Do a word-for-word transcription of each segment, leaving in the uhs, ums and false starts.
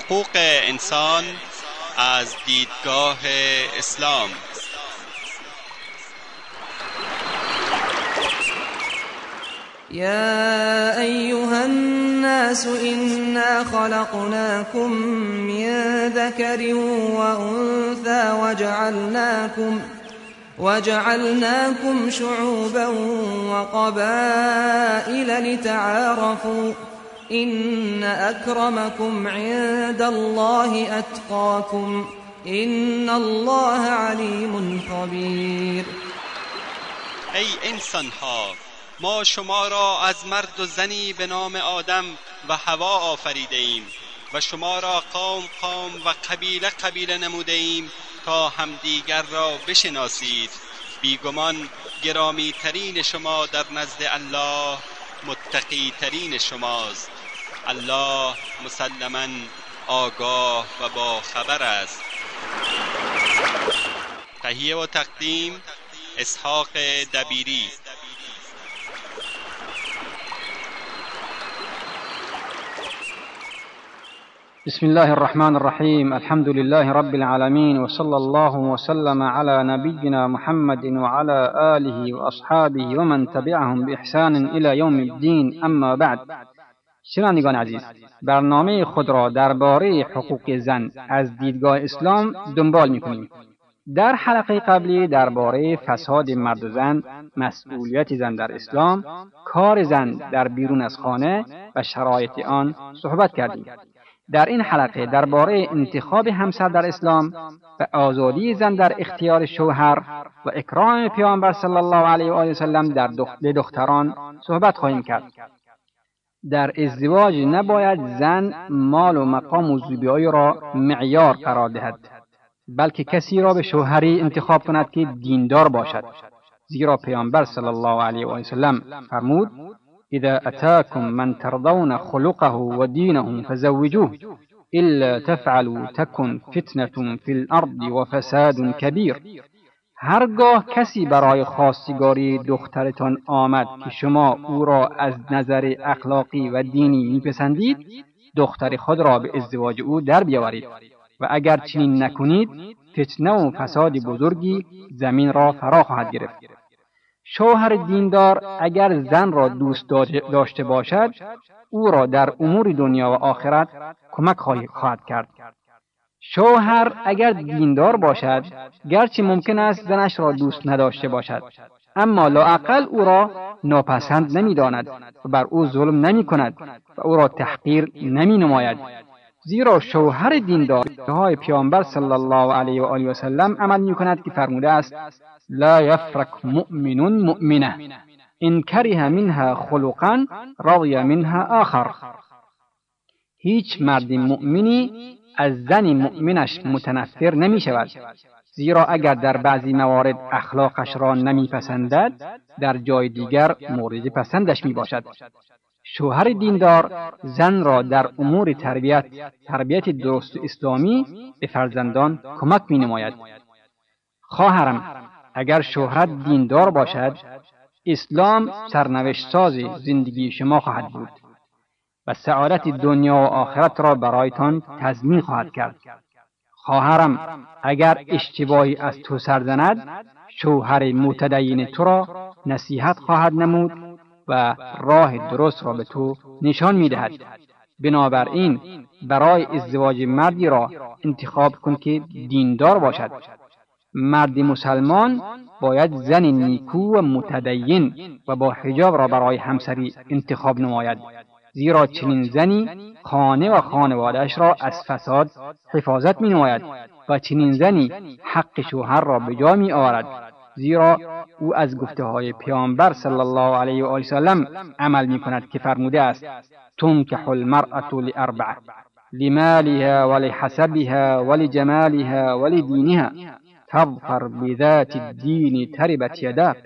حقوق انسان از دیدگاه اسلام. يا أيها الناس إنا خلقناكم من ذكر وأنثى وجعلناكم وجعلناكم شعوبا وقبائل لتعارفوا إن أكرمكم عند الله أتقاكم إن الله عليم خبير. ای انسان ها، ما شما را از مرد و زنی به نام آدم و حوا آفریده ایم و شما را قوم قوم و قبیله قبیله نموده ایم تا همدیگر را بشناسید. بیگمان گرامی ترین شما در نزد الله متقی ترین شماست. الله مسلماً آگاه و با خبر است. تهیه و تقدیم اسحاق دبیری. بسم الله الرحمن الرحيم. الحمد لله رب العالمين، وصلى الله وسلم على نبينا محمد وعلى آله وأصحابه ومن تبعهم بإحسان إلى يوم الدين. اما بعد. شنوندگان عزیز، برنامه خود را درباره حقوق زن از دیدگاه اسلام دنبال می‌کنیم. در حلقه قبلی درباره فساد مرد و زن، مسئولیت زن در اسلام، کار زن در بیرون از خانه و شرایط آن صحبت کردیم. در این حلقه درباره انتخاب همسر در اسلام و آزادی زن در اختیار شوهر و اکرام پیامبر صلی الله علیه و آله و سلم در دخ... دختران صحبت خواهیم کرد. در ازدواج نباید زن مال و مقام و زیبایی را معیار قرار دهد، بلکه کسی را به شوهری انتخاب کند که دیندار باشد، زیرا پیامبر صلی الله علیه و آله و سلم فرمود: اذا اتاكم من ترضون خلقه و دینه فزوجوه الا تفعلوا تكن فتنة في الارض و فساد کبیر. هرگاه کسی برای خواستگاری دخترتان آمد که شما او را از نظر اخلاقی و دینی میپسندید، دختر خود را به ازدواج او در بیاورید و اگر چنین نکنید فتنه و فساد بزرگی زمین را فرا خواهد گرفت. شوهر دیندار اگر زن را دوست داشته باشد، او را در امور دنیا و آخرت کمک خواهد کرد. شوهر اگر دیندار باشد، گرچه ممکن است زنش را دوست نداشته باشد، اما لااقل او را ناپسند نمی‌داند و بر او ظلم نمی‌کند و او را تحقیر نمی‌نماید، زیرا شوهر دیندار های پیامبر صلی الله علیه و آله و سلم عمل می‌کند که فرموده است: لا یفرک مؤمن مؤمنه ان کره منها خلقا رضی منها آخر. هیچ مرد مؤمنی از زن مؤمنش متنفر نمی شود، زیرا اگر در بعضی موارد اخلاقش را نمی پسندد، در جای دیگر مورد پسندش می باشد. شوهر دیندار زن را در امور تربیت تربیت درست اسلامی به فرزندان کمک می نماید. خواهرم، اگر شوهرت دیندار باشد، اسلام سرنوشت ساز زندگی شما خواهد بود و سعادت دنیا و آخرت را برایتان تضمین خواهد کرد. خواهرم، اگر اشتباهی از تو سرزند، شوهر متدین تو را نصیحت خواهد نمود و راه درست را به تو نشان می‌دهد. بنابراین برای ازدواج مردی را انتخاب کن که دیندار باشد. مرد مسلمان باید زن نیکو و متدین و با حجاب را برای همسری انتخاب نماید، زیرا چنین زنی خانه و خانواده‌اش را از فساد حفاظت می نماید و چنین زنی حق شوهر را به جا می آورد، زیرا او از گفته های پیامبر صلی الله علیه و آله سلم عمل می کند که فرموده است: تنکح المرأة لأربع لمالها ولحسبها ولجمالها ولدینها تظفر بذات الدین تربت یداک.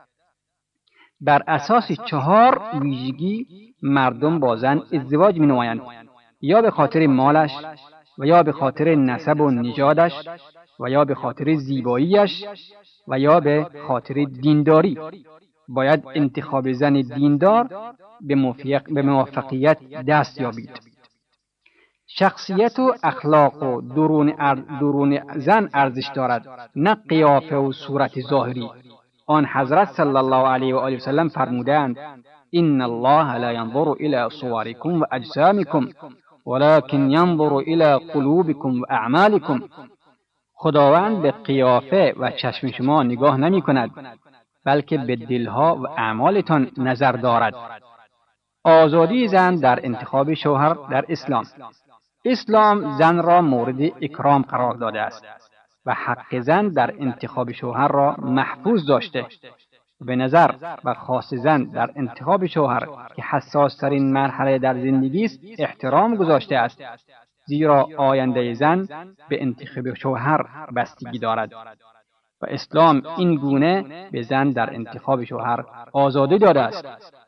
بر اساس چهار ویژگی مردم با زن ازدواج می نمایند، یا به خاطر مالش و یا به خاطر نسب و نژادش و یا به خاطر زیباییش و یا به خاطر دینداری. باید انتخاب زن دیندار به موفقیت دست یابید. شخصیت و اخلاق و درون, ار... درون زن ارزش دارد، نه قیافه و صورت ظاهری. آن حضرت صلی الله علیه و آله و سلم فرمودند: ان الله لا ينظر الى صوركم و اجسامكم ولكن ينظر الى قلوبكم و اعمالكم. خداوند به قیافه و چشم شما نگاه نمی کند، بلکه به دلها و اعمالتان نظر دارد. آزادی زن در انتخاب شوهر در اسلام. اسلام زن را مورد اکرام قرار داده است و حق زن در انتخاب شوهر را محفوظ داشته. به نظر و خاص زن در انتخاب شوهر که حساس ترین مرحله در زندگی است احترام گذاشته است، زیرا آینده زن به انتخاب شوهر بستگی دارد و اسلام این گونه به زن در انتخاب شوهر آزادی داده است.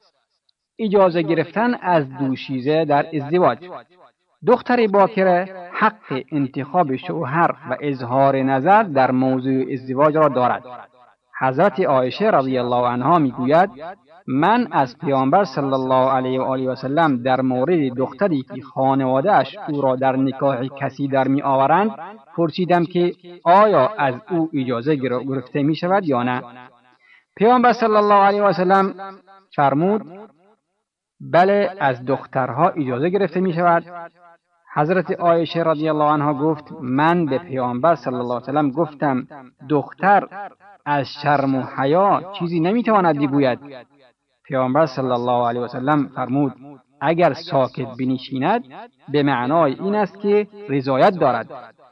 اجازه گرفتن از دوشیزه در ازدواج. دختر باکره حق انتخاب شوهر و اظهار نظر در موضوع ازدواج را دارد. حضرت عایشه رضی الله عنها میگوید: من از پیامبر صلی الله علیه و آله و سلم در مورد دختری که خانواده اش او را در نکاح کسی در می آورند پرسیدم که آیا از او اجازه گرفته می شود یا نه. پیامبر صلی الله علیه و سلم فرمود: بله، از دخترها اجازه گرفته می شود. حضرت عایشه رضی الله عنها گفت: من به پیامبر صلی الله علیه و سلم گفتم دختر از شرم و حیا چیزی نمیتواند بگوید. پیامبر صلی الله علیه و سلم فرمود: اگر ساکت بنشیند به معنای این است که رضایت دارد.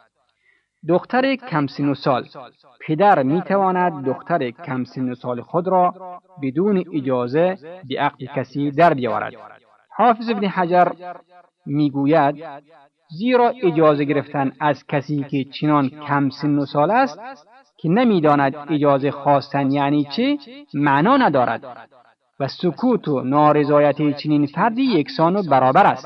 دختر کم سن و سال. پدر میتواند دختر کم سن و سال خود را بدون اجازه به عقد کسی در بیاورد. حافظ ابن حجر میگوید: زیرا اجازه گرفتن از کسی که چنان کم سن و سال است که نمیداند اجازه خواستن یعنی چه معنا ندارد و سکوت و نارضایت چنین فردی یکسان و برابر است.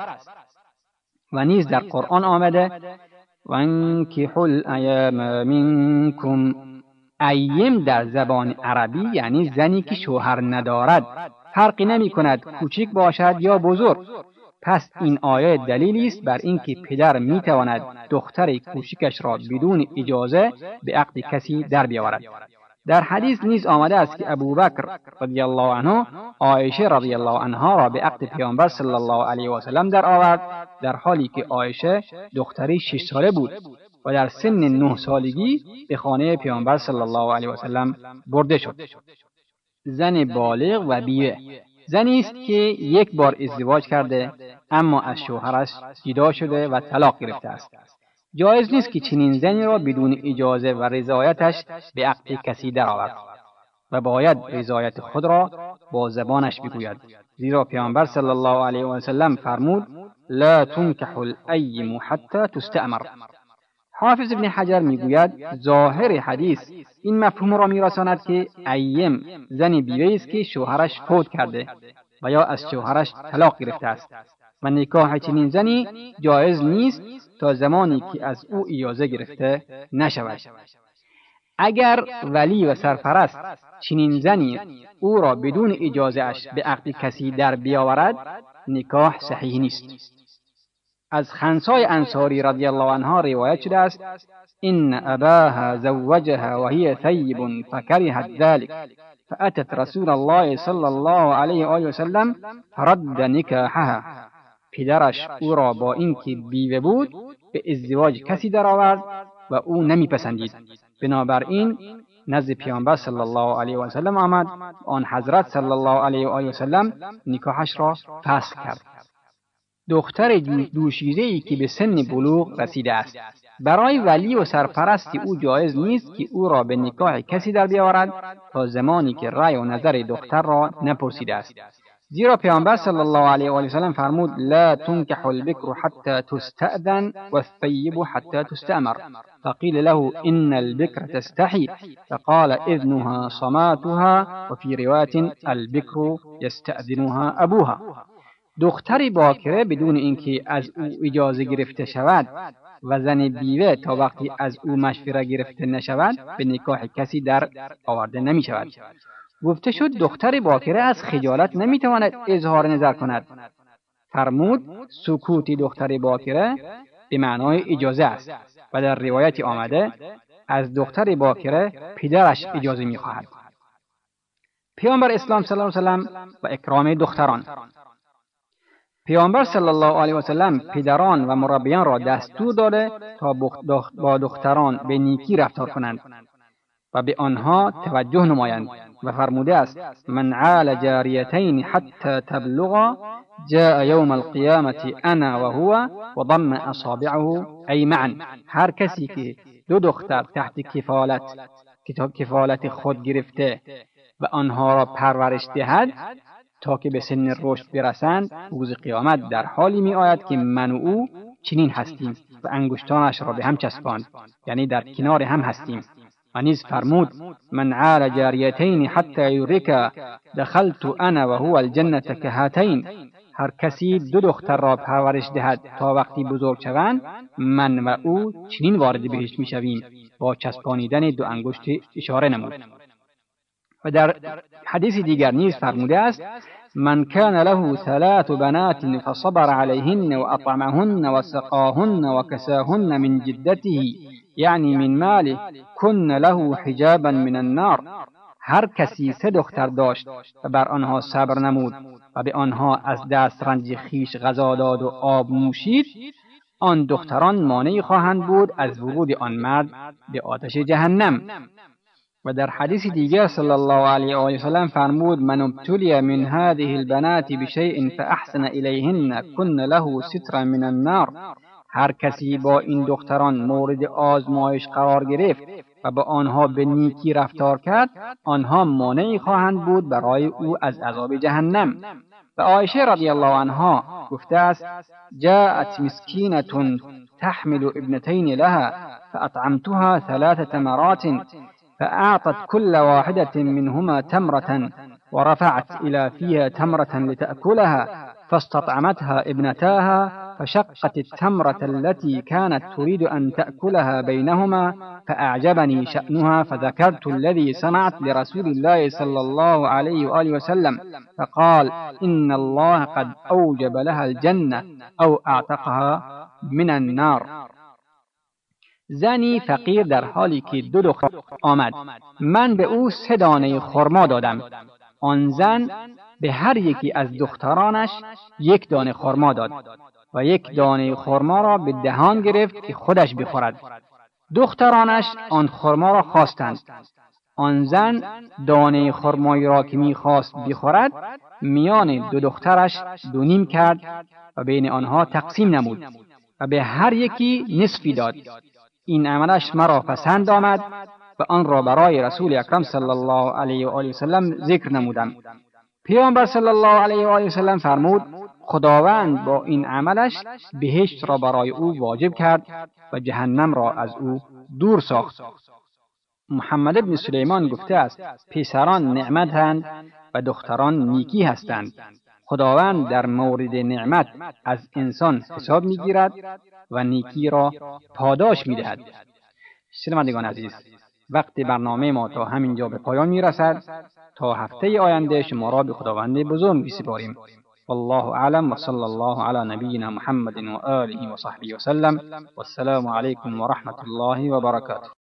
و نیز در قرآن آمده: وانکحوا الایام منکم. ایم در زبان عربی یعنی زنی که شوهر ندارد، فرقی نمی کند کوچک باشد یا بزرگ. پس این آیه دلیلی است بر اینکه پدر می تواند دختر کوچکش را بدون اجازه به عقد کسی در بیاورد. در حدیث نیز آمده است که ابوبکر رضی الله عنه عایشه رضی الله عنها را به عقد پیامبر صلی الله علیه و سلم در آورد، در حالی که عایشه دختری شش ساله بود و در سن نه سالگی به خانه پیامبر صلی الله علیه و سلم برده شد. زن بالغ و بیوه. زنی است که یک بار ازدواج کرده اما از شوهرش جدا شده و طلاق گرفته است. جایز نیست که چنین زنی را بدون اجازه و رضایتش به عقد کسی درآورد و باید رضایت خود را با زبانش بگوید، زیرا پیامبر صلی الله علیه و سلم فرمود: لا تنکح الایم حتی تستأمر. حافظ ابن حجر میگوید: ظاهر حدیث این مفهوم را میرساند که ایم زنی بیوه است که شوهرش فوت کرده و یا از شوهرش طلاق گرفته است و نکاح چنین زنی جایز نیست تا زمانی که از او اجازه گرفته نشود. اگر ولی و سرپرست چنین زنی او را بدون اجازه اش به عقد کسی در بیاورد، نکاح صحیح نیست. از خنسای انصاری رضی الله عنها روایت شده است: ان اباها زوجها وهي ثيب فكرهت ذلك فاتت رسول الله صلی الله علیه و آله و سلم فرد نکاحها. پدرش او را با اینکه بیوه بود به ازدواج کسی درآورد و او نمیپسندید، بنابراین نزد پیامبر صلی الله علیه و سلم آمد. آن حضرت صلی الله علیه و آله و سلم نکاحش را فسخ کرد. دختر دوشیزه‌ای که به سن بلوغ رسیده است، برای ولی و سرپرست او جایز نیست که او را به نکاح کسی در بیاورد تا زمانی که رأی و نظر دختر را نپرسیده است، زیرا پیامبر صلی الله علیه و آله و سلم فرمود: لا تنکح البکر حتی تستأذن والثیب حتی تستأمر. فقیل له ان البکر تستحی فقال اذنها صماتها وفي روایت البکر یستأذنها ابوها. دختری باکره بدون اینکه از او اجازه گرفته شود و زن بیوه تا وقتی از او مشوره گرفته نشود به نکاح کسی در آورده نمی شود. گفته شد دختر باکره از خجالت نمی تواند اظهار نظر کند، فرمود سکوت دختر باکره به معنای اجازه است و در روایتی آمده از دختر باکره پدرش اجازه می‌خواهد. پیامبر اسلام صلی الله علیه و سلم و اکرام دختران. پیامبر صلی الله علیه و سلم پدران و مربیان را دستور داده تا با دختران به نیکی رفتار کنند و به آنها توجه نمایند و فرموده است من عال جاریتین حتی تبلغا جاء یوم القیامة انا و هو و ضم اصابعه ای معا. هر کسی که دو دختر تحت کفالت کفالت خود گرفته و آنها را پرورش دهد تا که به سن رشد برسند، روز قیامت در حالی می آید که من و او چنین هستیم و انگشتانش را به هم چسباند، یعنی در کنار هم هستیم. و نیز فرمود من عال جاریتین حتی یورک دخلت انا و هو الجنة کهاتین. هر کسی دو دختر را پرورش دهد تا وقتی بزرگ شوند، من و او چنین وارد بهشت می شویم. با چسبانیدن دو انگشت اشاره نمود. و در حدیث دیگر نیز فرموده است من كان له ثلاث بنات فصبر عليهن وأطعمهن وسقاهن وكساهن من جدته یعنی من ماله کن له حجابا من النار. هر کسی سه دختر داشت و بر آنها صبر نمود و به آنها از دسترنج خویش غذا داد و آب نوشید، آن دختران مانعی خواهند بود از ورود آن مرد به آتش جهنم. و در حدیث دیگر صلی الله علیه و آله و سلم فرمود من ابتلی من هذه البنات بشیء فاحسن الیهن کن له سترا من النار. هر کسی با این دختران مورد آزمایش قرار گرفت و با آنها به نیکی رفتار کرد، آنها مانعی خواهند بود برای او از عذاب جهنم. و عایشه رضی الله عنها گفته است جاءت مسکینة تحمل ابنتین لها فاطعمتها ثلاث تمرات فأعطت كل واحدة منهما تمرة ورفعت إلى فيها تمرة لتأكلها فاستطعمتها ابنتاها فشقت التمرة التي كانت تريد أن تأكلها بينهما فأعجبني شأنها فذكرت الذي صنعت لرسول الله صلى الله عليه وآله وسلم فقال إن الله قد أوجب لها الجنة أو أعتقها من النار. زنی فقیر در حالی که دو دختر آمد، من به او سه دانه خرما دادم. آن زن به هر یکی از دخترانش یک دانه خرما داد و یک دانه خرما را به دهان گرفت که خودش بخورد. دخترانش آن خرما را خواستند. آن زن دانه خرمایی را که می‌خواست بخورد میان دو دخترش دو نیم کرد و بین آنها تقسیم نمود و به هر یکی نصفی داد. این عملش مرا پسند آمد و آن را برای رسول اکرم صلی الله علیه و آله و سلم ذکر نمودم. پیامبر صلی الله علیه و آله و سلم فرمود خداوند با این عملش بهشت را برای او واجب کرد و جهنم را از او دور ساخت. محمد ابن سلیمان گفته است پسران نعمتند و دختران نیکی هستند. خداوند در مورد نعمت از انسان حساب میگیرد و نیکی را پاداش میدهد. شنوندگان عزیز، وقت برنامه ما تا همینجا به پایان میرسد. تا هفته آینده شما را به خداوند بزرگ میسپاریم. والله اعلم و صلی الله علی نبینا محمد و آله و صحبه و سلم. والسلام علیکم و رحمت الله و برکاته.